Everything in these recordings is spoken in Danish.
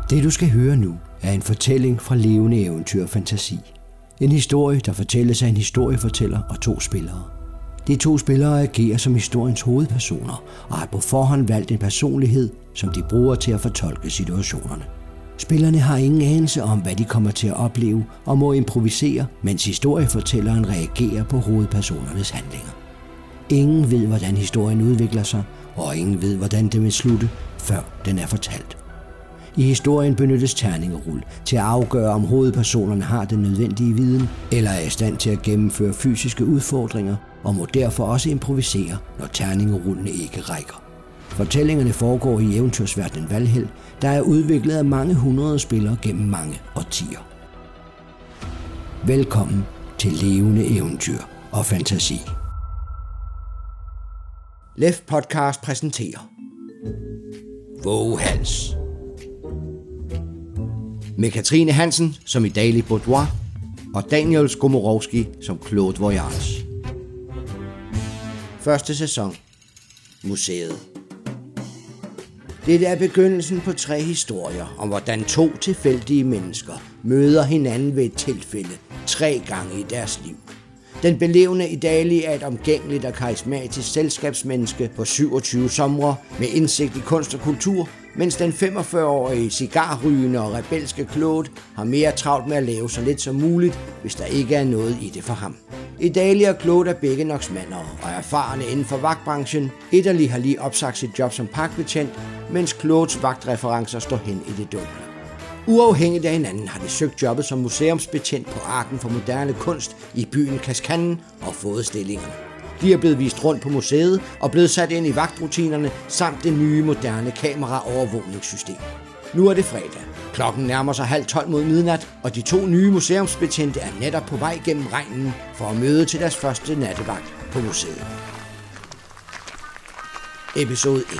Det du skal høre nu er en fortælling fra levende eventyr og fantasi. En historie, der fortælles af en historiefortæller og 2 spillere. De 2 spillere agerer som historiens hovedpersoner og har på forhånd valgt en personlighed, som de bruger til at fortolke situationerne. Spillerne har ingen anelse om, hvad de kommer til at opleve og må improvisere, mens historiefortælleren reagerer på hovedpersonernes handlinger. Ingen ved, hvordan historien udvikler sig, og ingen ved, hvordan den vil slutte, før den er fortalt. I historien benyttes terningerul til at afgøre, om hovedpersonerne har den nødvendige viden eller er i stand til at gennemføre fysiske udfordringer og må derfor også improvisere, når terningerullene ikke rækker. Fortællingerne foregår i eventyrsverdenen Valhæll, der er udviklet af mange hundrede spillere gennem mange årtier. Velkommen til levende eventyr og fantasi. Lef Podcast præsenterer Våghals med Katrine Hansen som Idali Boudoir og Daniel Skomorowski som Claude Voyage. Første sæson. Museet. Dette er begyndelsen på 3 historier om, hvordan 2 tilfældige mennesker møder hinanden ved et tilfælde 3 gange i deres liv. Den belevende Idali er et omgængeligt og karismatisk selskabsmenneske på 27 somre med indsigt i kunst og kultur, mens den 45-årige cigarrygende og rebelske Claude har mere travlt med at lave så lidt som muligt, hvis der ikke er noget i det for ham. Idali og Claude er begge noksmandere og er erfarne inden for vagtbranchen. Idali har lige opsagt sit job som parkbetjent, mens Claudes vagtreferencer står hen i det dunkle. Uafhængigt af hinanden har de søgt jobbet som museumsbetjent på Arken for Moderne Kunst i byen Kaskanen og fået stillingerne. De er blevet vist rundt på museet og blevet sat ind i vagtrutinerne samt det nye moderne kameraovervågningssystem. Nu er det fredag. Klokken nærmer sig 11:30 mod midnat, og de 2 nye museumsbetjente er netop på vej gennem regnen for at møde til deres første nattevagt på museet. Episode 1.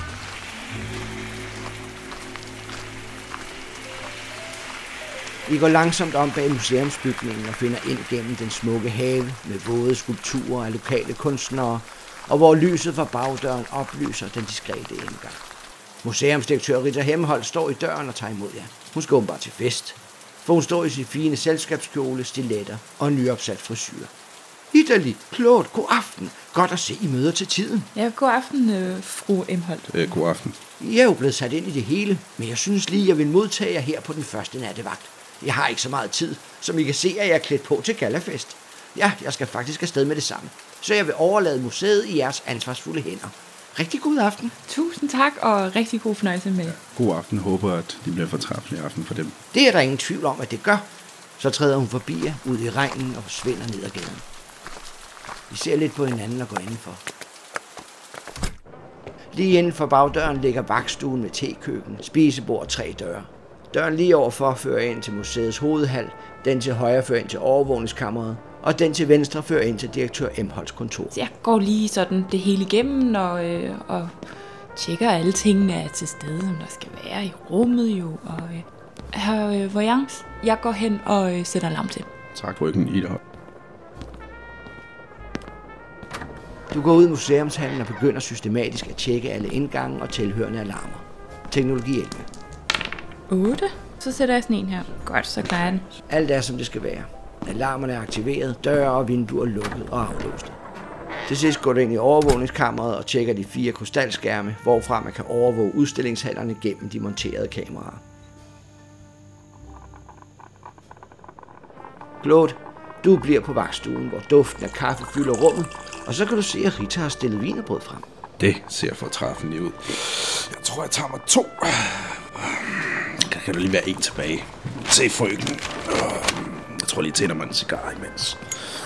Vi går langsomt om bag museumsbygningen og finder ind gennem den smukke have med våde skulpturer af lokale kunstnere, og hvor lyset fra bagdøren oplyser den diskrete indgang. Museumsdirektør Rita Hemmeholt står i døren og tager imod jer. Hun skal åbenbart til fest, for hun står i sin fine selskabskjole, stiletter og nyopsat frisyr. Idali, Claude, god aften. Godt at se, I møder til tiden. Ja, god aften, fru Hemmeholt. God aften. I er jo blevet sat ind i det hele, men jeg synes lige, jeg vil modtage jer her på den første nattevagt. Jeg har ikke så meget tid, som I kan se, at jeg er klædt på til gallafest. Ja, jeg skal faktisk afsted med det samme, så jeg vil overlade museet i jeres ansvarsfulde hænder. Rigtig god aften. Tusind tak, og rigtig god fornøjelse med. God aften. Håber, at det bliver fortræffelig aften for dem. Det er der ingen tvivl om, at det gør. Så træder hun forbi jer ud i regnen og forsvinder ned ad gaden. Vi ser lidt på hinanden og går indenfor. Lige inden for bagdøren ligger vagtstuen med tekøkken, spisebord og 3 døre. Døren lige overfor fører ind til museets hovedhal, den til højre fører ind til overvågningskammeret, og den til venstre fører ind til direktør Hemmeholts kontor. Jeg går lige sådan det hele igennem og tjekker alle tingene er til stede, som der skal være i rummet jo. Og herr Voyance, jeg går hen og sætter alarm til. Tak for ryggen, Ida. Du går ud i museumshallen og begynder systematisk at tjekke alle indgange og tilhørende alarmer. Teknologi 11. 8. Så sætter jeg sådan en her. Godt, så klarer jeg den. Alt er, som det skal være. Alarmerne er aktiveret, døre og vinduer lukket og aflåste. Til sidst går du ind i overvågningskammeret og tjekker de 4 krystalskærme, hvorfra man kan overvåge udstillingshallerne gennem de monterede kameraer. Claude, du bliver på vagtstuen, hvor duften af kaffe fylder rummet, og så kan du se, at Rita har stillet wienerbrød frem. Det ser fortræffelig ud. Jeg tror, jeg tager mig 2. Kan der lige være 1 tilbage. Se frøken. Jeg tror lige tænder mig en cigar imens.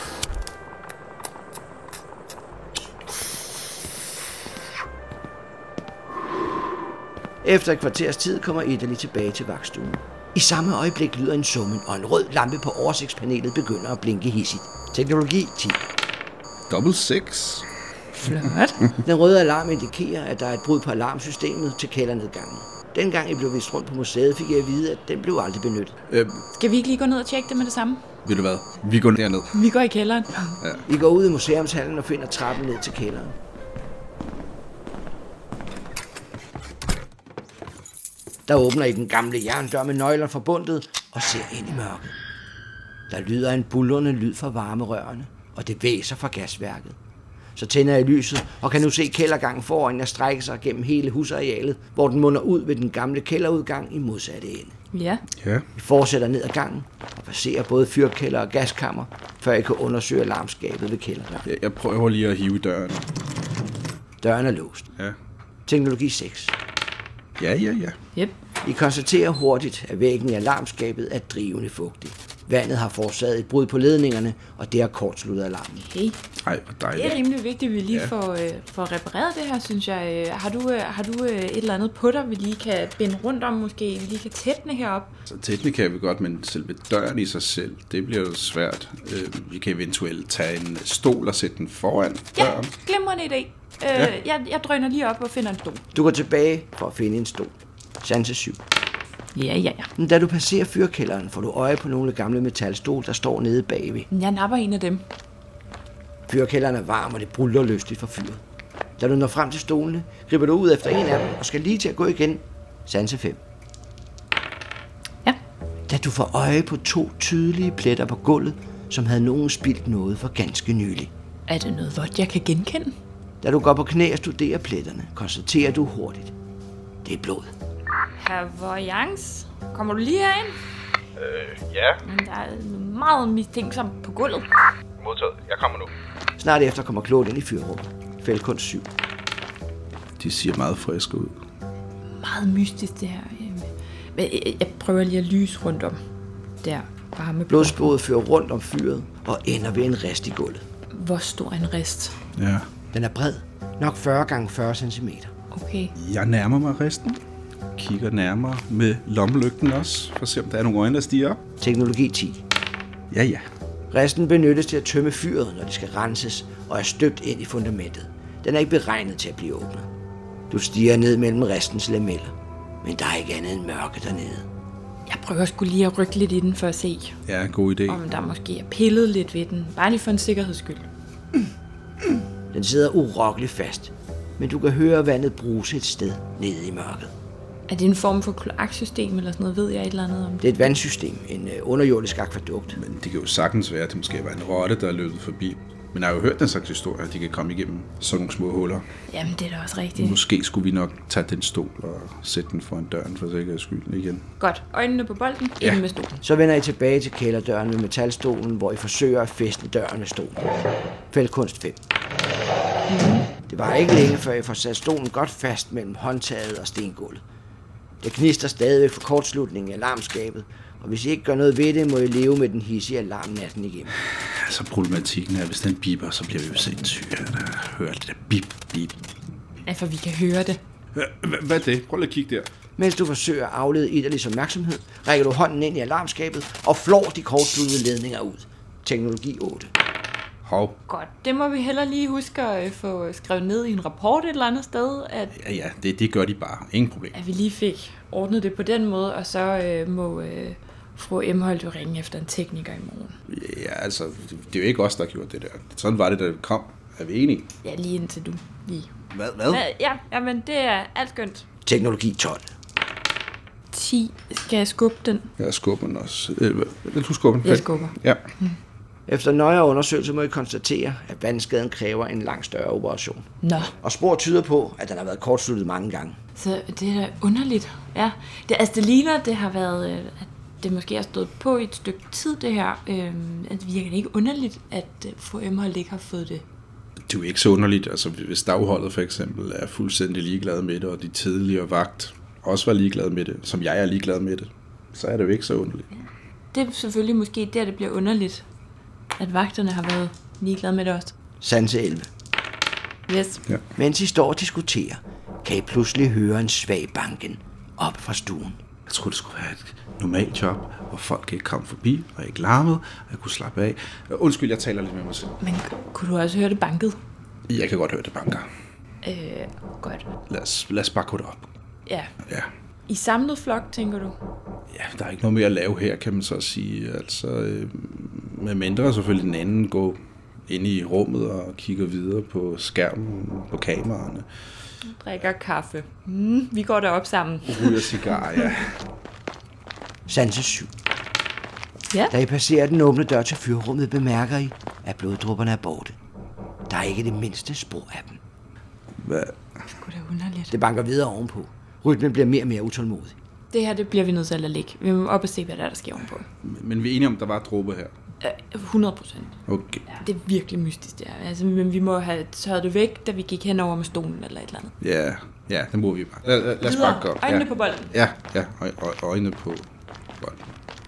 Efter et kvarters tid kommer Idali tilbage til vagtstuen. I samme øjeblik lyder en summen, og en rød lampe på oversigtspanelet begynder at blinke hidsigt. Teknologi 10. Double 6. Flot. Den røde alarm indikerer, at der er et brud på alarmsystemet til kældernedgangen. Dengang I blev vist rundt på museet, fik jeg at vide, at den blev aldrig benyttet. Skal vi ikke lige gå ned og tjekke det med det samme? Ved du hvad? Vi går derned. Vi går i kælderen. Ja. I går ud i museumshallen og finder trappen ned til kælderen. Der åbner I den gamle jerndør med nøgler forbundet og ser ind i mørket. Der lyder en buldrende lyd fra varmerørene, og det væser fra gasværket. Så tænder I lyset og kan nu se kældergangen foran jer strække sig gennem hele husarealet, hvor den munder ud ved den gamle kælderudgang i modsatte ende. Ja. I fortsætter ned ad gangen og passerer både fyrkælder og gaskammer, før I kan undersøge alarmskabet ved kælderdøren. Jeg prøver lige at hive døren. Døren er låst. Ja. Teknologi 6. Ja. Yep. I konstaterer hurtigt, at væggen i alarmskabet er drivende fugtig. Vandet har forårsaget et brud på ledningerne, og det har kortsluttet alarmen. Okay. Ej, hvor dejligt. Det er rimelig vigtigt, at vi lige får repareret det her, synes jeg. Har du et eller andet på dig, vi lige kan binde rundt om måske? Vi lige kan tætne herop? Så tætne kan vi godt, men selve døren i sig selv, det bliver jo svært. Vi kan eventuelt tage en stol og sætte den foran døren. Ja, glimrende idé. Jeg drøner lige op og finder en stol. Du går tilbage for at finde en stol. Sanse 7. Ja. Men da du passerer fyrkælderen, får du øje på nogle gamle metalstol, der står nede bagved. Jeg napper en af dem. Fyrkælderen er varm, og det brulder lystigt fra fyret. Da du når frem til stolene, griber du ud efter en af dem og skal lige til at gå igen. Sanse 5. Ja. Da du får øje på 2 tydelige pletter på gulvet, som havde nogen spildt noget for ganske nylig. Er det noget vådt, jeg kan genkende? Da du går på knæ og studerer pletterne, konstaterer du hurtigt. Det er blod. Herr Voyance, kommer du lige herind? Ja. Men der er meget mistænksomt på gulvet. Modtaget. Jeg kommer nu. Snart efter kommer Claude ind i fyrrummet. Fældkunst 7. De ser meget friske ud. Meget mystisk det her. Men jeg prøver lige at lyse rundt om. Der, varme. Blodsporet fører rundt om fyret og ender ved en rist i gulvet. Hvor stor en rist? Ja. Den er bred, nok 40 gange 40 cm. Okay. Jeg nærmer mig resten. Kigger nærmere med lommelygten også, for at se om der er nogle øjne, der stiger op. Teknologi 10. Ja. Resten benyttes til at tømme fyret, når det skal renses, og er støbt ind i fundamentet. Den er ikke beregnet til at blive åbnet. Du stiger ned mellem restens lameller, men der er ikke andet end mørke dernede. Jeg prøver sgu lige at rykke lidt i den for at se, Ja, god idé. om der måske er pillet lidt ved den. Bare lige for en sikkerheds skyld. Den sidder urokkeligt fast, men du kan høre vandet bruse et sted nede i mørket. Er det en form for kloaksystem eller sådan noget? Ved jeg et eller andet om det? Det er et vandsystem, en underjordisk akvadukt. Men det kan jo sagtens være, at det måske var en rotte, der er løbet forbi. Men jeg har jo hørt den slags historier, at de kan komme igennem sådan nogle små huller. Jamen, det er da også rigtigt. Måske skulle vi nok tage den stol og sætte den foran døren for sikkerheds skyld igen. Godt. Øjnene på bolden. Ja. Inde med stolen. Så vender I tilbage til kælderdøren med metalstolen, hvor I forsøger at fæstne døren med stolen. Fældkunst 5. Det var ikke længe, før I får sat stolen godt fast mellem håndtaget og stengulvet. Det gnister stadigvæk for kortslutningen af alarmskabet, og hvis I ikke gør noget ved det, må I leve med den hissige alarm natten igennem. Altså problematikken er, at hvis den biber, så bliver vi jo sindssyge. Jeg har hørt det der bip. Ja, for vi kan høre det. Hvad er det? Prøv lige at kigge der. Mens du forsøger at aflede Idderlis opmærksomhed, rækker du hånden ind i alarmskabet og flår de kortsluttede ledninger ud. Teknologi 8. Hov. Godt. Det må vi heller lige huske at få skrevet ned i en rapport et eller andet sted, at Ja, det gør de bare. Ingen problem. vi lige fik ordnet det på den måde, og så må fru Emholt jo ringe efter en tekniker i morgen. Ja, altså, det er jo ikke os, der har gjort det der. Sådan var det, da det kom. Er vi enige? Ja, lige indtil du lige. Hvad? Ja, men det er alt skønt. Teknologi 12. 10. Skal jeg skubbe den? Jeg skubber den også. Vil du skubbe den? Jeg skubber. Ja. Efter nøjere undersøgelse må I konstatere, at vandskaden kræver en langt større operation. Nå, Og spor tyder på, at den har været kortsluttet mange gange. så det er da underligt. Ja, det ligner, det har været, at det måske har stået på i et stykke tid, det her. Det virker ikke underligt, at fru Emholt ikke har fået det. Det er jo ikke så underligt. Altså, hvis dagholdet for eksempel er fuldstændig ligeglade med det, og de tidligere vagt også var ligeglade med det, som jeg er ligeglad med det, så er det jo ikke så underligt. Det er selvfølgelig måske der, det bliver underligt, at vagterne har været ligeglade med det også. Sanse 11. Yes. Ja. Mens I står og diskuterer, kan I pludselig høre en svag banken op fra stuen. Jeg troede, det skulle være et normalt job, hvor folk ikke kom forbi og ikke larmede, og jeg kunne slappe af. Undskyld, jeg taler lidt med mig selv. Men kunne du også høre det banket? Jeg kan godt høre det banker. Godt. Lad os bare gå derop. Ja. Ja. I samlet flok, tænker du? Ja, der er ikke noget mere at lave her, kan man så sige. Altså, med mindre selvfølgelig den anden går ind i rummet og kigger videre på skærmen, på kameraerne. Drikker kaffe. Vi går derop sammen. Ryger cigar, ja. Sanse 7. Ja. Da I passerer den åbne dør til fyrrummet, bemærker I, at bloddrupperne er borte. Der er ikke det mindste spor af dem. Hvad? Sgu da underligt. Det banker videre ovenpå. Rytmen bliver mere og mere utålmodig. Det her, det bliver vi nødt til at lade ligge. Vi må op og se, hvad der sker ovenpå. Men vi er enige om, der var dråber her. 100%. Okay. Ja, det er virkelig mystisk, det her. Altså, men vi må have tørret det væk, da vi gik henover med stolen eller et eller andet. Ja, det må vi bare. Lad os bare gå. Øjnene på bolden. Ja, øjnene på bolden.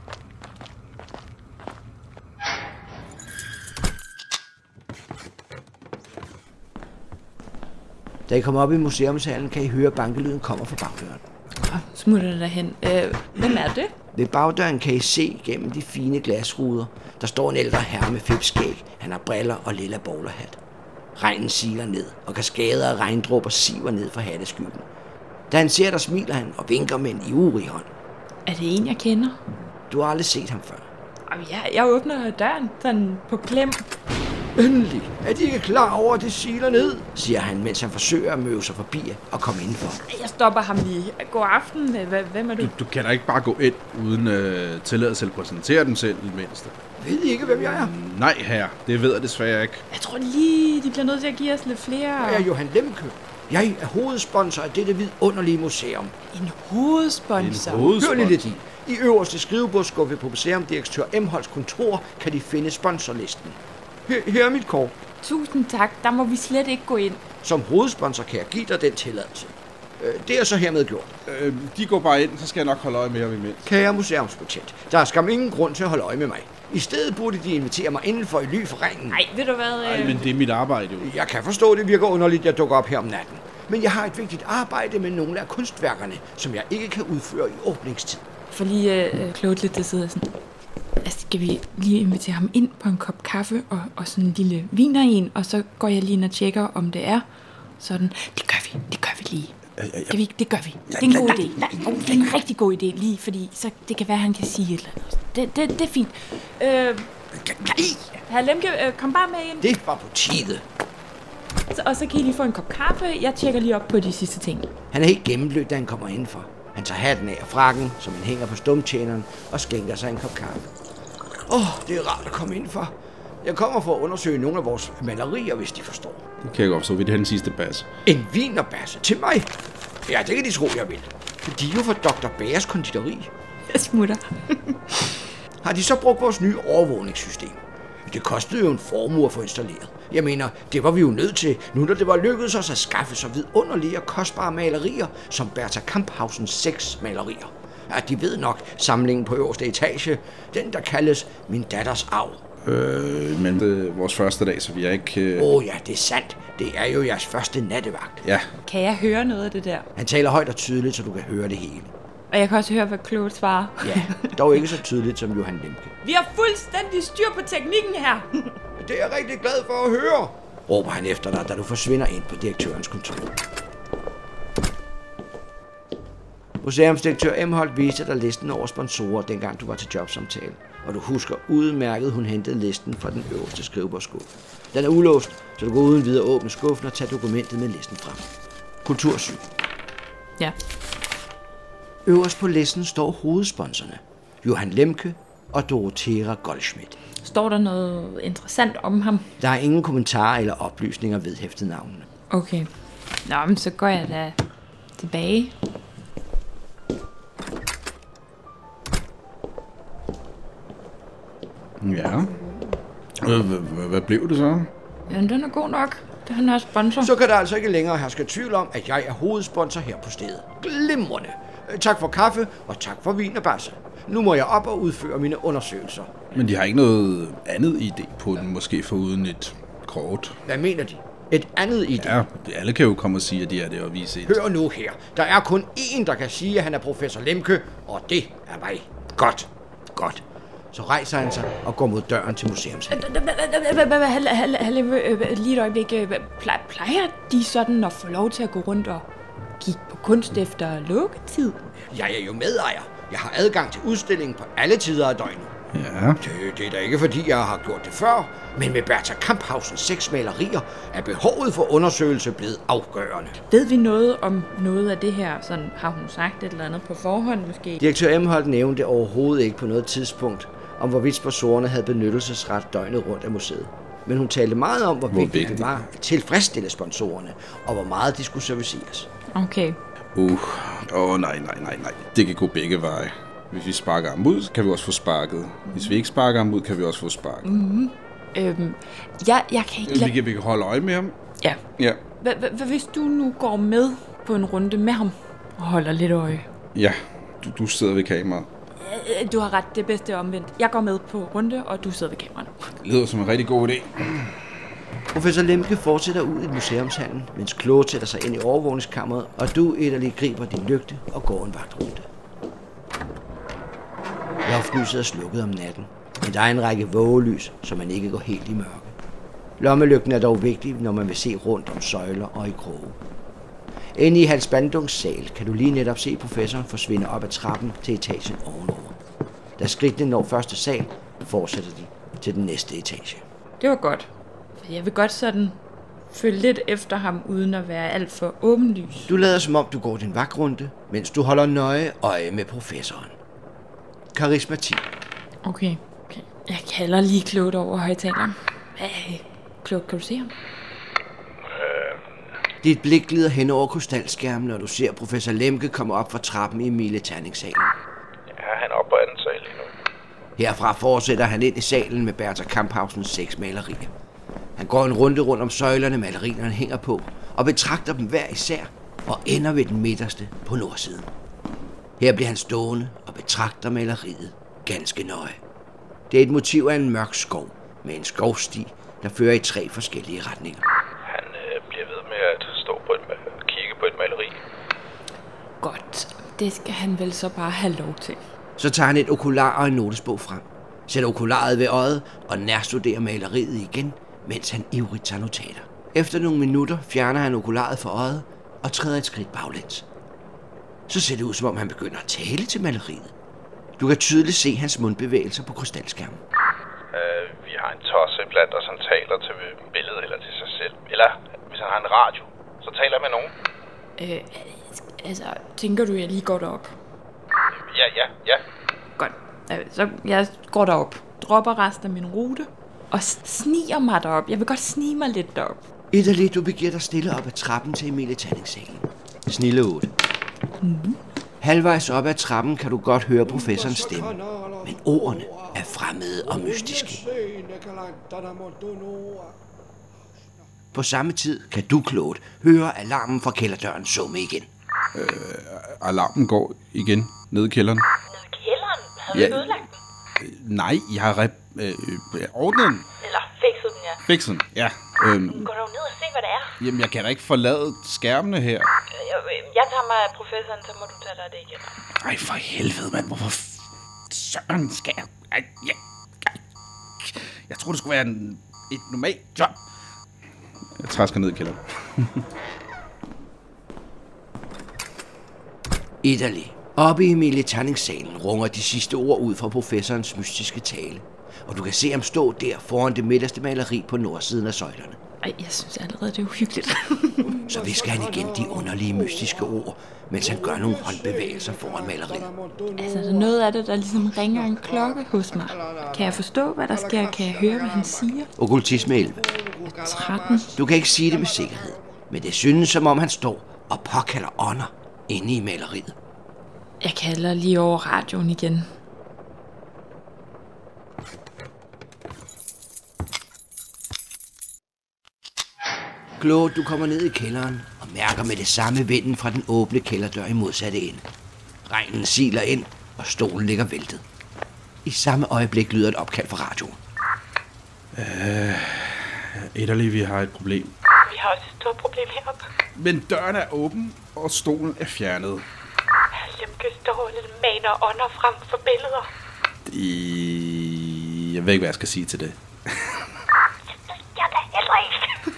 Da I kommer op i museumshallen, kan I høre, at bankelyden kommer fra bagdøren. Smutter derhen. Hvem er det? Ved bagdøren kan I se gennem de fine glasruder. Der står en ældre herre med fipskæg. Han har briller og lilla bowlerhat. Regnen siler ned, og kaskader af regndråber siver ned fra hatteskyggen. Da han ser dig, smiler han og vinker med en ivrig hånd. Er det en, jeg kender? Du har aldrig set ham før. Jeg åbner døren sådan på klem. Endelig er de ikke klar over, at det siler ned, siger han, mens han forsøger at møve sig forbi og komme indenfor. Jeg stopper ham lige. God aften. Hvem er du? Du kan da ikke bare gå ind uden tilladelse til at præsentere dem selv, i mindste. Ved I ikke, hvem jeg er? Nej, herre. Det ved jeg desværre ikke. Jeg tror lige, de bliver nødt til at give os lidt flere. Jeg er Johan Lemke. Jeg er hovedsponsor af dette vidunderlige museum. En hovedsponsor? Hør lige lidt i. I øverste skrivebordsskuffe på museumdirektør Emholts kontor kan de finde sponsorlisten. Her er mit kort. Tusind tak. Der må vi slet ikke gå ind. Som hovedsponsor kan jeg give dig den tilladelse. Det er så hermed gjort. De går bare ind, så skal jeg nok holde øje med ham imens. Kære museumsbetjent, der er skam ingen grund til at holde øje med mig. I stedet burde de invitere mig indenfor i ly for ringen. Nej, ved du hvad? Nej, men det er mit arbejde jo. Jeg kan forstå, det virker underligt, at jeg dukker op her om natten. Men jeg har et vigtigt arbejde med nogle af kunstværkerne, som jeg ikke kan udføre i åbningstid. For lige klogt lidt til side sådan. Altså, skal vi lige invitere ham ind på en kop kaffe og sådan en lille viner og så går jeg lige ind og tjekker, om det er sådan. Det gør vi lige. Det gør vi. Det er en god idé. Det er en rigtig god idé lige, fordi så det kan være, at han kan sige et eller andet. Det er fint. Herr Lemke, kom bare med ind. Det var på tide. Og så kan I lige få en kop kaffe. Jeg tjekker lige op på de sidste ting. Han er helt gennemblødt, da han kommer indenfor. Han tager hatten af og frakken, som han hænger på stumtjeneren, og skænker sig en kop kaffe. Det er rart at komme indenfor. Jeg kommer for at undersøge nogle af vores malerier, hvis de forstår. Det kan jeg godt forstå. Vil det have den sidste bas? En wienerbasse til mig? Ja, det kan de tro, jeg vil. De er jo fra Dr. Bæres konditori. Jeg smutter. Har de så brugt vores nye overvågningssystem? Det kostede jo en formue at få installeret. Jeg mener, det var vi jo nødt til, nu da det var lykkedes os at skaffe så vidunderlige og kostbare malerier, som Bertha Kamphausens 6 malerier. Ja, de ved nok samlingen på øverste etage, den der kaldes Min datters arv. Men det er vores første dag, så vi er ikke... Ja, det er sandt. Det er jo jeres første nattevagt. Ja. Kan jeg høre noget af det der? Han taler højt og tydeligt, så du kan høre det hele. Og jeg kan også høre, hvad Claude svarer. Ja, dog ikke så tydeligt som Johan Lemke. Vi har fuldstændig styr på teknikken her. Det er jeg rigtig glad for at høre, råber han efter dig, da du forsvinder ind på direktørens kontor. Museumsdirektør Emholt viste dig listen over sponsorer, dengang du var til jobsamtale. Og du husker udmærket, hun hentede listen fra den øverste skrivebordsskuffe. Den er ulåst, så du går uden videre åbne skuffen og tager dokumentet med listen frem. Kultursyn. Ja. Øverst på listen står hovedsponsorerne. Johan Lemke og Dorothea Goldschmidt. Står der noget interessant om ham? Der er ingen kommentarer eller oplysninger vedhæftet navnene. Okay. Nå, men så går jeg da tilbage. Ja. Hvad blev det så? Ja, den er god nok. Det er han også sponsor. Så kan der altså ikke længere herske tvivl om, at jeg er hovedsponsor her på stedet. Glimrende. Tak for kaffe, og tak for vin og basse. Nu må jeg op og udføre mine undersøgelser. Men de har ikke noget andet idé på den, måske foruden et kort. Hvad mener de? Et andet idé? Ja, alle kan jo komme og sige, at de er det og vise et. Hør nu her. Der er kun én, der kan sige, at han er professor Lemke, og det er mig. Godt. Godt. Så rejser han sig og går mod døren til museumshallen. Lige et øjeblik. Plejer de sådan at få lov til at gå rundt og kigge på kunst efter lukketid? Jeg er jo medejer. Jeg har adgang til udstillingen på alle tider af døgnet. Ja. Det er da ikke, fordi jeg har gjort det før, men med Bertha Kamphausens 6 malerier er behovet for undersøgelse blevet afgørende. Ved vi noget om noget af det her? Sådan, har hun sagt et eller andet på forhånd måske? Direktør Emholt nævnte overhovedet ikke på noget tidspunkt, om hvorvidt sponsorerne havde benyttelsesret døgnet rundt af museet. Men hun talte meget om, hvor vigtigt det var at tilfredsstille sponsorerne, og hvor meget de skulle serviceres. Okay. Nej. Det kan gå begge veje. Hvis vi sparker ham ud, kan vi også få sparket. Hvis vi ikke sparker ham ud, kan vi også få sparket. Jeg kan ikke Vi kan holde øje med ham. Ja. Hvad hvis du nu går med på en runde med ham og holder lidt øje? Ja, du sidder ved kameraet. Du har ret, det bedste er omvendt. Jeg går med på runde, og du sidder ved kameraet. Det lyder som en rigtig god idé. Professor Lemke fortsætter ud i museumshallen, mens Claude sætter sig ind i overvågningskammeret, og du, Ederle, griber din lygte og går en vagtrunde. Loftlyset er slukket om natten, men der er en række vågelys, så man ikke går helt i mørke. Lommelygten er dog vigtig, når man vil se rundt om søjler og i kroge. Inde i Hans Bandungs sal kan du lige netop se professoren forsvinde op ad trappen til etagen ovenover. Da skridtene når første sal, fortsætter de til den næste etage. Det var godt. For jeg vil godt sådan følge lidt efter ham, uden at være alt for åbenlys. Du lader som om du går din vagtrunde, mens du holder nøje øje med professoren. Karisma 10. Okay. Jeg kalder lige Claude over højtaleren. Claude, kan du se ham? Dit blik glider hen over krystalskærmen, når du ser professor Lemke komme op fra trappen i Emilie Terning-salen. Ja, han er oppe på anden sal lige nu. Herfra fortsætter han ind i salen med Bertha Kamphausens 6 malerier. Han går en runde rundt om søjlerne, malerierne hænger på, og betragter dem hver især, og ender ved den midterste på nordsiden. Her bliver han stående og betragter maleriet ganske nøje. Det er et motiv af en mørk skov med en skovsti, der fører i 3 forskellige retninger. Han bliver ved med at stå på kigge på et maleri. Godt. Det skal han vel så bare have lov til. Så tager han et okular og en notesbog frem, sætter okularet ved øjet og nærstuderer maleriet igen, mens han ivrigt tager notater. Efter nogle minutter fjerner han okularet fra øjet og træder et skridt baglæns. Så ser det ud, som om han begynder at tale til maleriet. Du kan tydeligt se hans mundbevægelser på krystalskærmen. Vi har en tosse blandt os, han taler til billedet eller til sig selv. Eller hvis han har en radio, så taler han med nogen. Tænker du, jeg lige går derop? Ja. Godt. Så jeg går derop, dropper resten af min rute og sniger mig derop. Jeg vil godt snige mig lidt derop. Ederle, du begiver dig stille op ad trappen til Emilie Terning-salen. Snille 8. Halvvejs op ad trappen kan du godt høre professorens stemme, men ordene er fremmede og mystiske. På samme tid kan du, Claude, høre alarmen fra kælderdøren summe igen. Alarmen går igen ned i kælderen. Nede i kælderen? Havde du ødelagt den? Nej, jeg har ordnet den. Eller fikset den, ja. Fikset den, ja. Gå dog ned og se, hvad det er. Jamen, jeg kan da ikke forlade skærmene her. Jeg tager mig af professoren, så må du tage dig af det igen. Ej, for helvede, mand. Hvorfor søren skal jeg... Jeg tror, det skulle være et normalt job. Jeg træsker ned i kælderen. Ederle. Oppe i Emilie Terning-salen runger de sidste ord ud fra professorens mystiske tale, og du kan se ham stå der foran det midterste maleri på nordsiden af søjlerne. Ej, jeg synes allerede, det er uhyggeligt. Så visker han igen de underlige mystiske ord, mens han gør nogle håndbevægelser foran maleriet. Altså, der er noget af det, der ligesom ringer en klokke hos mig. Kan jeg forstå, hvad der sker? Kan jeg høre, hvad han siger? Okkultisme 11. 13. Du kan ikke sige det med sikkerhed, men det synes som om han står og påkalder ånder inde i maleriet. Jeg kalder lige over radioen igen. Claude, du kommer ned i kælderen og mærker med det samme vinden fra den åbne kælderdør i modsatte ende. Regnen siler ind, og stolen ligger væltet. I samme øjeblik lyder et opkald fra radioen. Ederle, vi har et problem. Vi har også et stort problem heroppe. Men døren er åben, og stolen er fjernet. Lemke står og maner ånder frem for billeder. Jeg ved ikke, hvad jeg skal sige til det. Jeg er da heller ikke.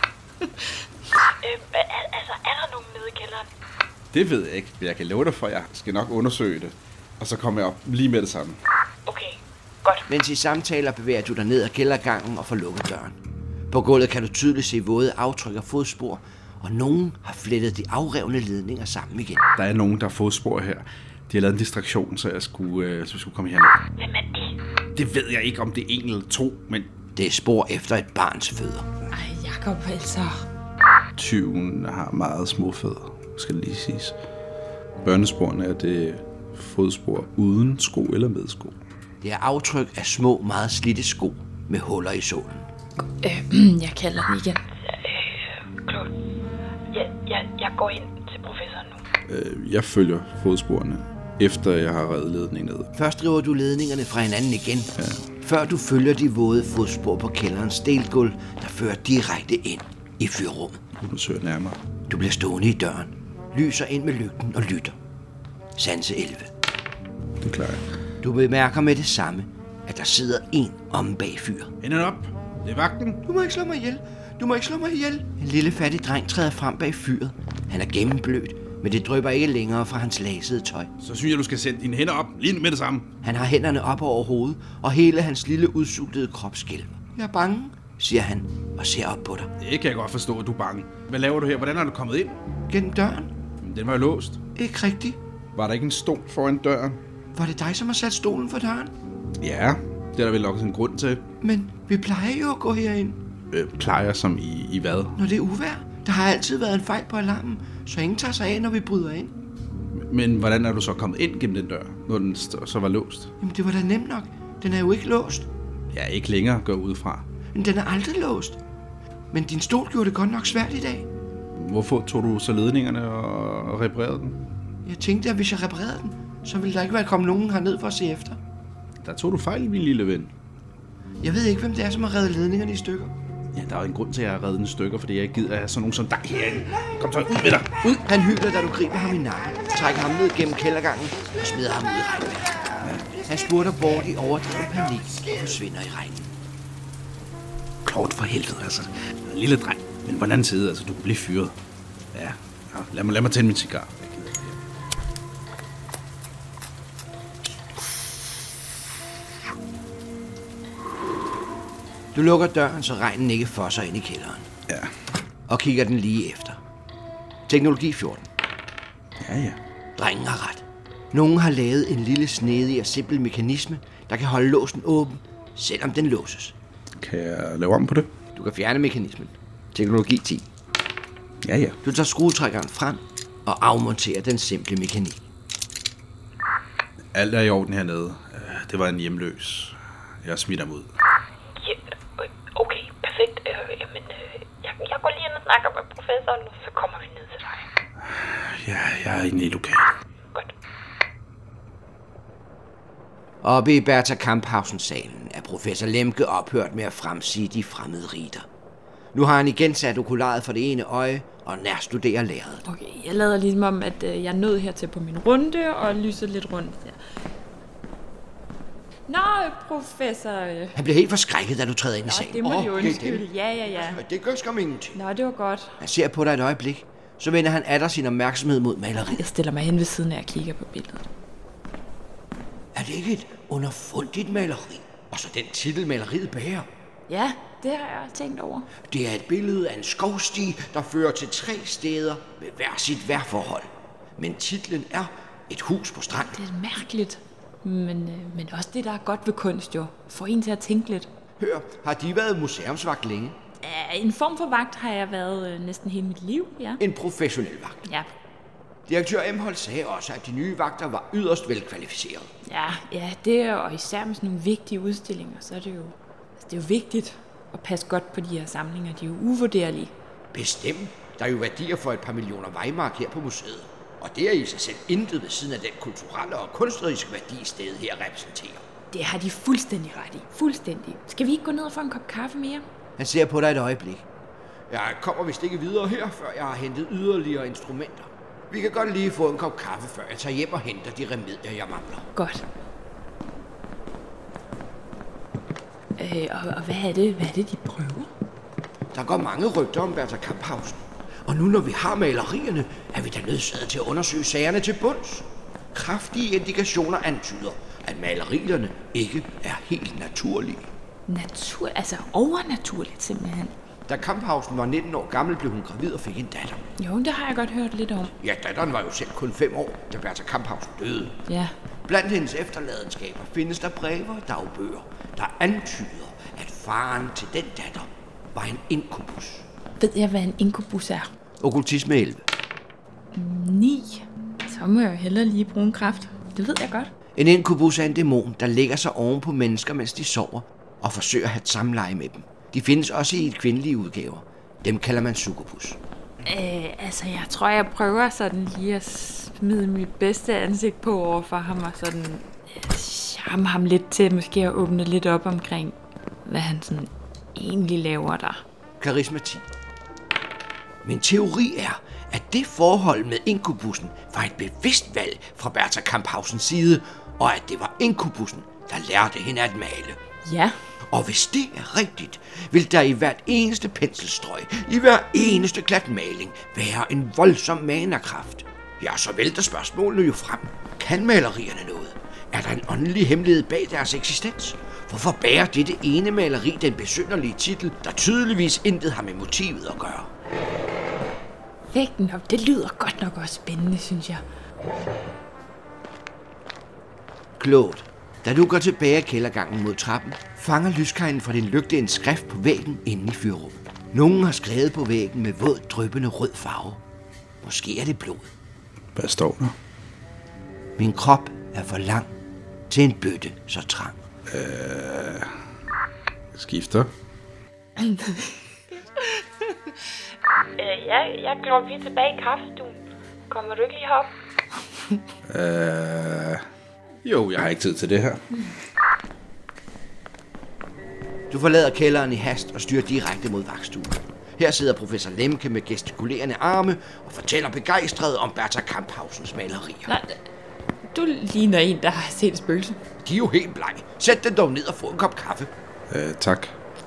Er der nogen nede i kælderen? Det ved jeg ikke, men jeg kan love dig for, at jeg skal nok undersøge det. Og så kommer jeg op lige med det samme. Okay. Godt. Mens I samtaler bevæger du dig ned ad kældergangen og får lukket døren. På gulvet kan du tydeligt se våde aftryk og fodspor, og nogen har flettet de afrevne ledninger sammen igen. Der er nogen, der har fodspor her. De har lavet en distraktion, så jeg skulle komme herned. Hvem er de? Det ved jeg ikke, om det er en eller to, men Det er spor efter et barns fødder. Ej, Jakob, altså. tyven har meget små fødder, skal det lige siges. Børnesporene er det fodspor uden sko eller med sko. Det er aftryk af små, meget slidte sko med huller i sålen. Jeg kalder den igen. Claude. Jeg går ind til professoren nu. Jeg følger fodsporene, efter jeg har reddet ledningen ned. Først driver du ledningerne fra hinanden igen, før du følger de våde fodspor på kælderens delgulv, der fører direkte ind i fyrrummet. Nu søger jeg nærmere. Du bliver stående i døren, lyser ind med lygten og lytter. Sanse 11. Det klarer jeg. Du bemærker med det samme, at der sidder en omme bag fyret. Hænderne op. Det er vagten. Du må ikke slå mig ihjel. Du må ikke slå mig ihjel. En lille fattig dreng træder frem bag fyret. Han er gennemblødt, men det drypper ikke længere fra hans lasede tøj. Så synes jeg, du skal sætte dine hænder op lige med det samme. Han har hænderne op over hovedet, og hele hans lille udsultede krop skælver. Jeg er bange, siger han og ser op på dig. Det kan jeg godt forstå, at du er bange. Hvad laver du her? Hvordan er du kommet ind? Gennem døren. Den var jo låst. Ikke rigtigt. Var der ikke en stol foran døren? Var det dig, som har sat stolen for døren? Ja, det er der vel nok en grund til. Men vi plejer jo at gå herind, Plejer som i hvad? når det er uvejr. Der har altid været en fejl på alarmen, så ingen tager sig af, når vi bryder ind. Men hvordan er du så kommet ind gennem den dør, når den så var låst? Jamen, det var da nemt nok. Den er jo ikke låst. Ja, ikke længere går ud fra. Men den er aldrig låst. Men din stol gjorde det godt nok svært i dag. Hvorfor tog du så ledningerne og reparerede den? Jeg tænkte, at hvis jeg reparerede den, så ville der ikke være kommet nogen herned for at se efter. Der tog du fejl, min lille ven. Jeg ved ikke, hvem det er, som har reddet ledningerne i stykker. Ja, der er jo en grund til, at jeg har reddet den stykker, fordi jeg ikke gider at have sådan nogen som dig herinde. Kom så, ud med dig! Ud! Han hyler, da du griber ham i nakken, trækker ham ned gennem kældergangen og smider ham ud i regnvejr. Han spurter bort i overdrevet panik og forsvinder i regnen. Claude, for helvede, altså. En lille dreng, men på den anden side, altså, du kan blive fyret. Ja, lad mig tænde min cigar. Du lukker døren, så regnen ikke fosser ind i kælderen. Ja. Og kigger den lige efter. Teknologi 14. Ja. Drengen har ret. Nogen har lavet en lille snedig og simpel mekanisme, der kan holde låsen åben, selvom den låses. Kan jeg lave om på det? Du kan fjerne mekanismen. Teknologi 10. Ja. Du tager skruetrækkeren frem og afmonterer den simple mekanik. Alt er i orden hernede. Det var en hjemløs. Jeg smitter ham ud. Ja, okay, perfekt. Jeg går lige ind og snakker med professoren, og så kommer vi ned til dig. Ja, jeg er inde i lokalet. Godt. Oppe i Bertha Kamphausen-salen er professor Lemke ophørt med at fremsige de fremmede riter. Nu har han igen sat okularet for det ene øje og nærstuderer lærredet. Okay, jeg lader ligesom om, at jeg nåede hertil på min runde og lyser lidt rundt. Ja. Nå, professor. Han bliver helt forskrækket, da du træder ind i salen. Det må de det er undskylde. dem. Ja. Det gør skam ingenting. Nå, det var godt. Han ser på dig et øjeblik. Så vender han atter sin opmærksomhed mod maleriet. Jeg stiller mig hen ved siden af og kigger på billedet. Er det ikke et underfundigt maleri? Og så den titel, maleriet bærer. Ja, det har jeg tænkt over. Det er et billede af en skovsti, der fører til 3 steder med hver sit vejrforhold. Men titlen er Et hus på strand. Det er mærkeligt. Men også det, der er godt ved kunst, jo. Får en til at tænke lidt. Hør, har de været museumsvagt længe? En form for vagt har jeg været næsten hele mit liv, ja. En professionel vagt. Ja. Direktør Emholt sagde også, at de nye vagter var yderst velkvalificerede. Ja, det er og især med sådan nogle vigtige udstillinger, så er det jo, det er jo vigtigt at passe godt på de her samlinger. De er jo uvurderlige. Bestemt. Der er jo værdier for et par millioner vejmark her på museet. Og det er i sig selv intet ved siden af den kulturelle og kunstneriske værdi, stedet her repræsenterer. Det har de fuldstændig ret i. Fuldstændig. Skal vi ikke gå ned og få en kop kaffe mere? Han ser på dig et øjeblik. Jeg kommer vist ikke videre her, før jeg har hentet yderligere instrumenter. Vi kan godt lige få en kop kaffe, før jeg tager hjem og henter de remedier, jeg mangler. Godt. Og hvad er det, de prøver? Der går mange rygter om Bertha Kamphausen. Og nu når vi har malerierne, er vi da nødsaget til at undersøge sagerne til bunds. Kraftige indikationer antyder, at malerierne ikke er helt naturlige. Altså overnaturligt simpelthen. Da Camphausen var 19 år gammel, blev hun gravid og fik en datter. Jo, det har jeg godt hørt lidt om. Ja, datteren var jo selv kun 5 år, da Bertha Camphausen døde. Ja. Blandt hendes efterladenskaber findes der breve og dagbøger, der antyder, at faren til den datter var en inkubus. Ved jeg, hvad en inkubus er? Okkultisme 11. 9. Så må jeg jo hellere lige bruge en kraft. Det ved jeg godt. En inkubus er en dæmon, der lægger sig oven på mennesker, mens de sover, og forsøger at have et samleje med dem. De findes også i kvindelige udgaver. Dem kalder man succubus. Jeg tror, jeg prøver sådan lige at smide mit bedste ansigt på over for ham, og sådan charme ham lidt til måske at åbne lidt op omkring, hvad han sådan egentlig laver der. Karisma 10. Min teori er, at det forhold med inkubussen var et bevidst valg fra Bertha Camphausens side, og at det var inkubussen, der lærte hende at male. Ja. Og hvis det er rigtigt, vil der i hvert eneste penselstrøg, i hver eneste klat maling, være en voldsom manerkraft. Ja, så vælter spørgsmålene jo frem. Kan malerierne noget? Er der en åndelig hemmelighed bag deres eksistens? Hvorfor bærer dette ene maleri den besynderlige titel, der tydeligvis intet har med motivet at gøre? Vægten op, det lyder godt nok også spændende, synes jeg. Claude, da du går tilbage af kældergangen mod trappen, fanger lyskeglen fra din lygte en skrift på væggen inde i fyrrummet. Nogen har skrevet på væggen med våd, dryppende rød farve. Måske er det blod. Hvad står der? Min krop er for lang til en bøtte så trang. Skifter. Jeg er klar, vi er tilbage i kaffestuen. Kommer du ikke lige herop? Jo, jeg har ikke tid til det her. Du forlader kælderen i hast og styrer direkte mod vagtstuen. Her sidder professor Lemke med gestikulerende arme og fortæller begejstret om Bertha Camphausens malerier. Nej, du ligner en, der har set spøgelse. De er jo helt blege. Sæt den dog ned og få en kop kaffe. Tak.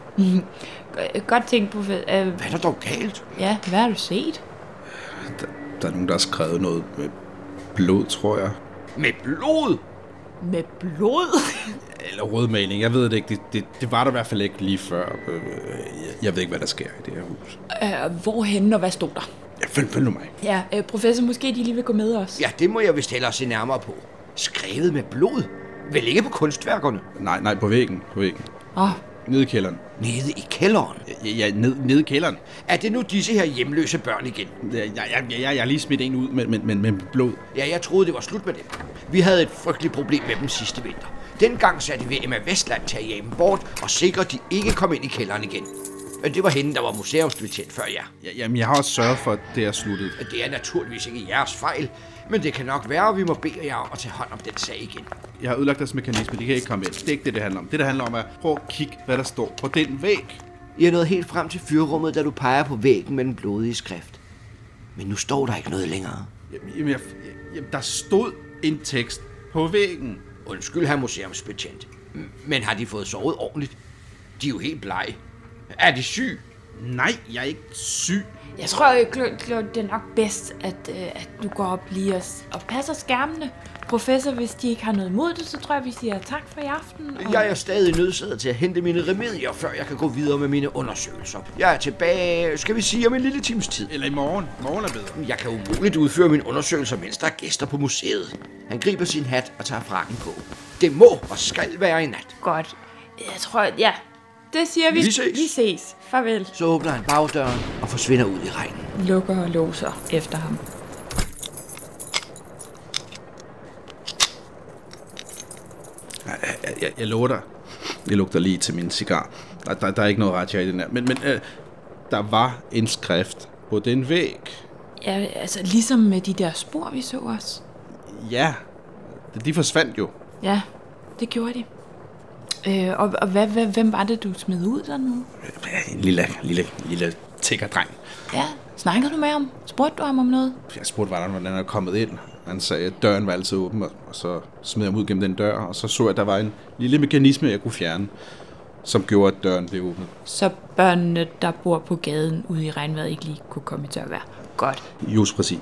Godt tænkt, professor. Hvad er der dog galt? Ja, hvad har du set? Der er nogen, der har skrevet noget med blod, tror jeg. Med blod? Med blod? Eller rødmaling, jeg ved det ikke. Det var der i hvert fald ikke lige før. Jeg ved ikke, hvad der sker i det her hus. Hvorhenne og hvad stod der? Ja, følg nu mig. Ja, professor, måske de lige vil gå med os. Ja, det må jeg vist hellere se nærmere på. Skrevet med blod? Vel ikke på kunstværkerne? Nej, på væggen. Nede i kælderen. Nede i kælderen? Ja, nede i kælderen. Er det nu disse her hjemløse børn igen? Jeg har lige smidt en ud med blod. Ja, jeg troede, det var slut med dem. Vi havde et frygteligt problem med dem sidste vinter. Dengang satte vi Emma Vestland til at jage dem bort og sikre, at de ikke kom ind i kælderen igen. Men det var hende, der var museumsbetjent før jer. Jamen, jeg har også sørget for, at det er sluttet. Det er naturligvis ikke jeres fejl, men det kan nok være, at vi må bede jer om at tage hånd om den sag igen. Jeg har ødelagt deres mekanisme, de kan ikke komme ind. Det er ikke det handler om. Det handler om at prøve at kigge, hvad der står på den væg. I er nået helt frem til fyrrummet, da du peger på væggen med den blodige skrift. Men nu står der ikke noget længere. Jamen, der stod en tekst på væggen. Undskyld, herr museumsbetjent. Men har de fået sovet ordentligt? De er jo helt blege. Er de syg? Nej, jeg er ikke syg. Jeg tror, Claude, det er nok bedst, at du går op lige og passer skærmene. Professor, hvis de ikke har noget imod det, så tror jeg, vi siger tak for i aften. Og... Jeg er stadig nødsaget til at hente mine remedier, før jeg kan gå videre med mine undersøgelser. Jeg er tilbage, skal vi sige, om en lille times tid. Eller i morgen. Morgen er bedre. Jeg kan umuligt udføre mine undersøgelser, mens der er gæster på museet. Han griber sin hat og tager frakken på. Det må og skal være i nat. Godt. Jeg tror, ja. Det siger vi. Vi ses. Farvel. Så åbner han bagdøren og forsvinder ud i regnen. Lukker og låser efter ham. Jeg lover dig. Jeg lugter lige til min cigar. Der er ikke noget ratio i den her. Men der var en skrift på den væg. Ja, altså ligesom med de der spor, vi så også. Ja, de forsvandt jo. Ja, det gjorde de. Og hvem var det, du smed ud dernede? En lille tiggerdreng. Ja, snakkede du med ham? Spurgte du ham om noget? Jeg spurgte, hvordan han er kommet ind. Han sagde, at døren var altid åben, og så smed jeg ham ud gennem den dør, og så jeg, at der var en lille mekanisme, jeg kunne fjerne, som gjorde, at døren blev åbnet. Så børnene, der bor på gaden ude i regnvejret, ikke lige kunne komme i tørvejr. Godt. Just præcis.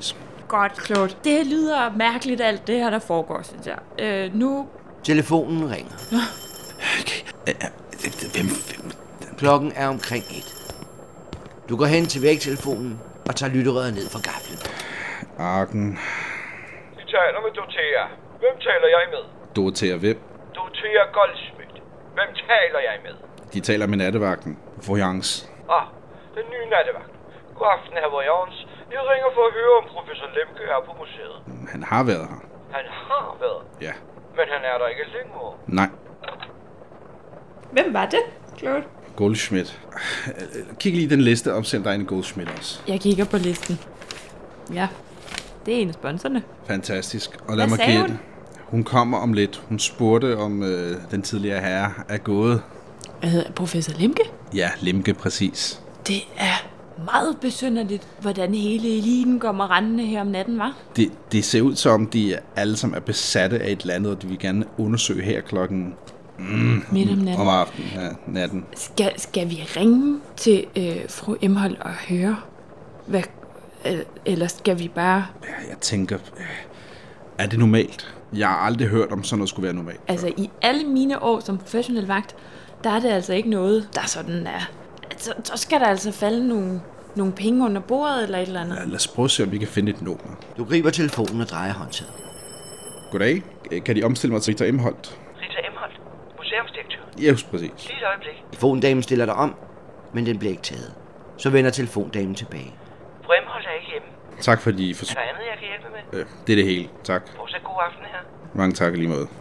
godt, Claude. Det lyder mærkeligt, alt det her, der foregår, synes jeg. Nu... Telefonen ringer. Okay. Hvem? Klokken er omkring 1. Du går hen til vægtelefonen og tager lytterøret ned fra gaflen. Arken. Vi taler med Dorothea. Hvem taler jeg med? Dorothea hvem? Dorothea Goldsmith. Hvem taler jeg med? De taler med nattevagten. Voyance. Den nye nattevagt. God aften, hr. Voyance. Jeg ringer for at høre, om professor Lemke er på museet. Han har været her. Han har været? Ja. Men han er der ikke længere. Nej. Hvem var det, Claude? Goldschmidt. Kig lige den liste op, selv der er en Goldschmidt også. Jeg kigger på listen. Ja, det er en af sponsorerne. Fantastisk. Og lad Hvad mig sagde gætte. Hun kommer om lidt. Hun spurgte, om den tidligere herre er gået. Hvad hedder professor Lemke? Ja, Lemke, præcis. Det er meget besynderligt, hvordan hele eliten kommer rendende her om natten, var? Det ser ud som, de alle sammen er besatte af et eller andet, og de vil gerne undersøge her klokken... Midt om natten. Om aftenen, ja, natten. Skal vi ringe til fru Emholt og høre, hvad... eller skal vi bare... Jeg tænker... Er det normalt? Jeg har aldrig hørt om sådan noget skulle være normalt. Altså, i alle mine år som professionel vagt, der er det altså ikke noget, der sådan er... Så skal der altså falde nogle penge under bordet eller et eller andet. Lad os prøve at se, om vi kan finde et nummer. Du griber telefonen og drejer håndtaget. Goddag. Kan de omstille mig til Rita Emholt? Rita Emholt. Museumsdirektør. Ja, præcis. Lige et øjeblik. Telefondamen stiller dig om, men den bliver ikke taget. Så vender telefondamen tilbage. Fru Emholt er ikke hjemme. Tak fordi... Er der andet, jeg kan hjælpe med? Det er det hele. Tak. Fortsat god aften her. Mange tak lige måde.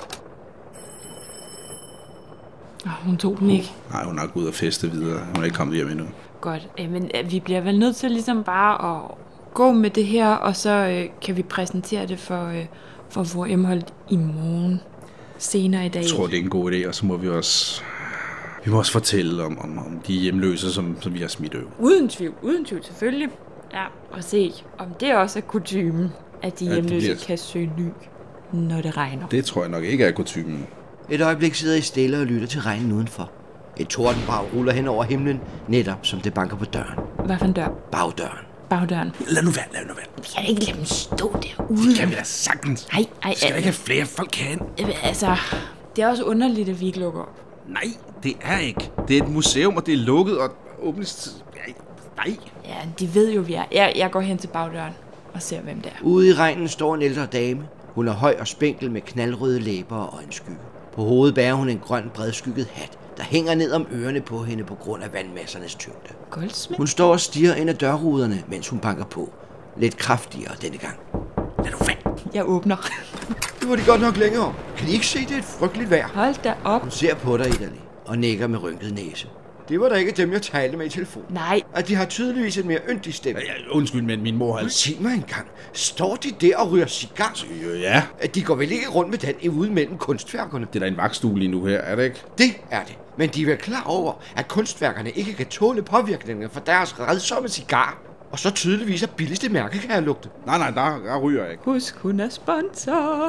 Hun tog den ikke. Nej, hun er gået ud og feste videre. Hun er ikke kommet hjem endnu. Godt. Men vi bliver vel nødt til ligesom bare at gå med det her, og så kan vi præsentere det for fru Emholt i morgen. Senere i dag. Jeg tror, det er en god idé, og så må vi også... Vi må også fortælle om de hjemløse, som vi har smidt over. Uden tvivl selvfølgelig. Ja, og se, om det også er kutymen, at de hjemløse kan søge ly, når det regner. Det tror jeg nok ikke er kutymen. Et øjeblik sidder I stille og lytter til regnen udenfor. Et tordenbrag ruller hen over himlen, netop som det banker på døren. Hvad for en dør? Bagdøren. Bagdøren. Lad nu være. Vi kan ikke lade dem stå derude. Det kan vi da sagtens. Ej, Skal der ikke have flere folk hen? Altså, det er også underligt, at vi ikke lukker op. Nej, det er ikke. Det er et museum, og det er lukket, og åbningstid... Nej. Ja, de ved jo, vi er. Jeg går hen til bagdøren og ser, hvem det er. Ude i regnen står en ældre dame. Hun er høj og spinkel med knaldrøde læber og øjenskygge. På hovedet bærer hun en grøn bredskygget hat, der hænger ned om ørerne på hende på grund af vandmassernes tyngde. Goldsmith? Hun står og stirrer ind ad dørruderne, mens hun banker på. Lidt kraftigere denne gang. Lad nu være. Jeg åbner. Det var de godt nok længere. Kan I ikke se, det er et frygteligt vejr? Hold da op. Hun ser på dig, Idali, og nikker med rynket næse. Det var da ikke dem, jeg talte med i telefonen. Nej. At de har tydeligvis en mere yndig stemme. Undskyld, men min mor har... Sig mig engang, står de der og ryger cigar? Ja. At de går vel ikke rundt med den ude mellem kunstværkerne? Det er da en vagtstue lige nu her, er det ikke? Det er det. Men de er vel klar over, at kunstværkerne ikke kan tåle påvirkninger fra deres redsomme cigar. Og så tydeligvis er billigste mærke, kan jeg lugte. Nej, der ryger jeg ikke. Husk, hun er sponsor.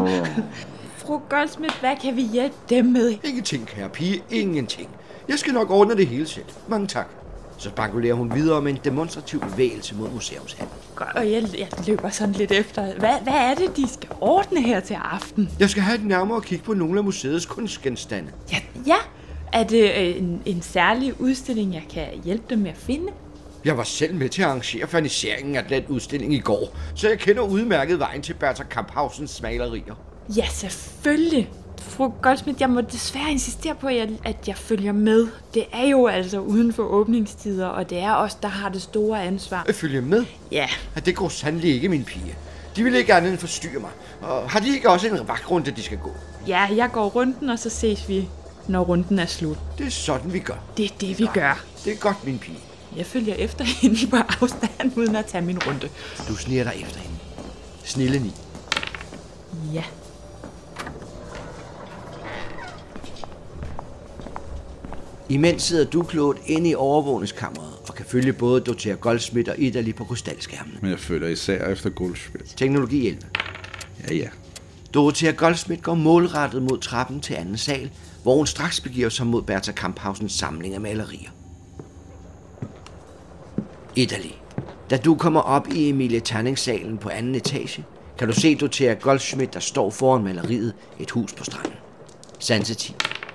Fru Goldsmith, hvad kan vi hjælpe dem med? Ingenting, kære pige. Ingenting. Jeg skal nok ordne det hele selv. Mange tak. Så spankulerer hun videre med en demonstrativ bevægelse mod museumshallen. Godt, og jeg løber sådan lidt efter. Hvad er det, de skal ordne her til aften? Jeg skal have et nærmere kig på nogle af museets kunstgenstande. Ja. Er det en særlig udstilling, jeg kan hjælpe dem med at finde? Jeg var selv med til at arrangere ferniseringen af den udstilling i går, så jeg kender udmærket vejen til Bertha Kamphausens malerier. Ja, selvfølgelig. Fru Goldsmith, jeg må desværre insistere på, at jeg følger med. Det er jo altså uden for åbningstider, og det er os, der har det store ansvar. At følge med? Ja. Det går sandelig ikke, min pige. De vil ikke andet end forstyrre mig. Og har de ikke også en vagtrunde, de skal gå? Ja, jeg går runden, og så ses vi, når runden er slut. Det er sådan, vi gør. Det er det, vi gør. Det er godt, min pige. Jeg følger efter hende på afstand, uden at tage min runde. Du sniger dig efter hende. Snille ni. Ja. Imens sidder du, Claude, inde i overvågningskammeret og kan følge både Dorothea Goldsmith og Idali på krystalskærmen. Men jeg føler især efter Goldschmidt. Teknologi 11. Ja. Dorothea Goldsmith går målrettet mod trappen til anden sal, hvor hun straks begiver sig mod Bertha Kamphausens samling af malerier. Idali. Da du kommer op i Emilie Terning-salen på anden etage, kan du se Dorthea Goldschmidt, der står foran maleriet Et hus på stranden. Sanse 10.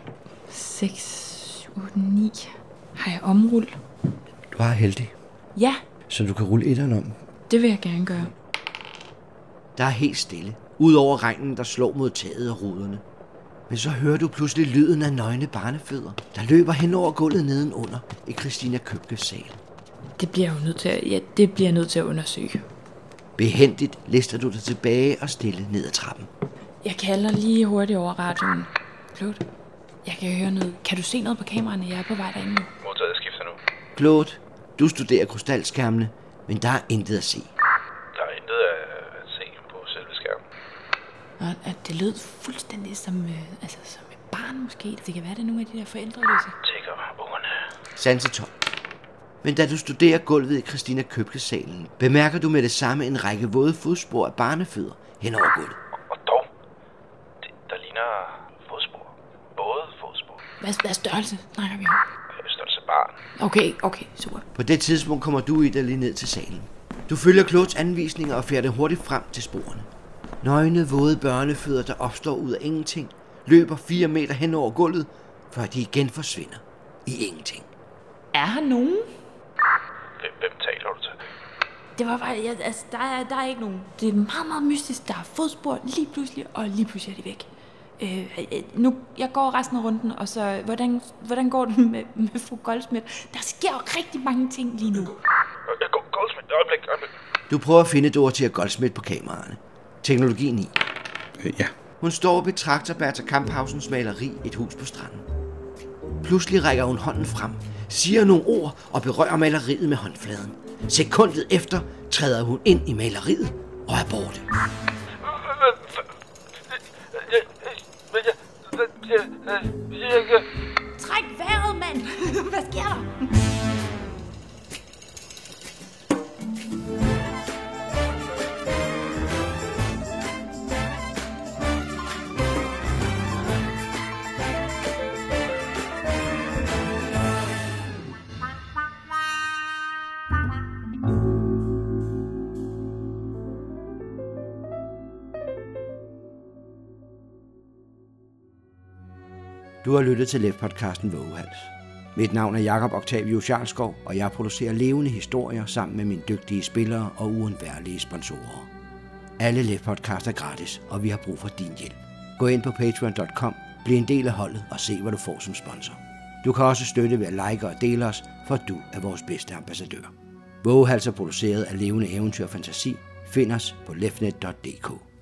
6, 8, 9. Har jeg omrull? Du er heldig, Ja, så du kan rulle etteren om. det vil jeg gerne gøre. Der er helt stille, udover regnen, der slår mod taget og ruderne. Men så hører du pludselig lyden af nøgne barnefødder, der løber hen over gulvet nedenunder i Christina Købkes sal. Det bliver jeg nødt til at undersøge. Behændigt lister du dig tilbage og stille ned ad trappen. Jeg kalder lige hurtigt over radioen. Claude, jeg kan høre noget. Kan du se noget på kameraerne? Jeg er på vej derinde nu. Modtaget, jeg skifter nu. Claude, du studerer krystalskærmene, men der er intet at se. Der er intet at se på selve skærmen. Og at det lød fuldstændig som et barn måske. Det kan være, det er nogle af de der forældreløse. Tigger ungerne. Sanse 12. Men da du studerer gulvet i Christina Købkes salen, bemærker du med det samme en række våde fodspor af barnefødder hen over gulvet. Og dog, der ligner fodspor. Både fodspor. Hvad størrelse snakker vi om? Størrelse barn. Okay, super. På det tidspunkt kommer du lige ned til salen. Du følger Claudes anvisninger og færder hurtigt frem til sporene. Nøgne, våde børnefødder, der opstår ud af ingenting, løber 4 meter hen over gulvet, før de igen forsvinder i ingenting. Er her nogen? Hvem taler du til? Det var bare, der er ikke nogen. Det er meget, meget mystisk. Der er fodspor lige pludselig, og lige pludselig er de væk. Nu, jeg går resten af runden, og så, hvordan går det med fru Goldsmith? Der sker jo rigtig mange ting lige nu. Goldsmith, øjeblik. Du prøver at finde Dorthea Goldschmidt på kameraerne. Teknologi 9. Ja. Hun står og betragter Bertha Kamphausens maleri Et hus på stranden. Pludselig rækker hun hånden frem, siger nogle ord og berører maleriet med håndfladen. Sekundet efter træder hun ind i maleriet og er borte. Træk vejret, mand! Hvad sker der? Du har lyttet til LEF-podcasten Vågehals. Mit navn er Jakob Octavius Jarlskov, og jeg producerer levende historier sammen med mine dygtige spillere og uundværlige sponsorer. Alle LEF-podcasts er gratis, og vi har brug for din hjælp. Gå ind på patreon.com, bliv en del af holdet og se, hvad du får som sponsor. Du kan også støtte ved at like og dele os, for du er vores bedste ambassadør. Vågehals er produceret af levende eventyr og fantasi. Find os på lefnet.dk.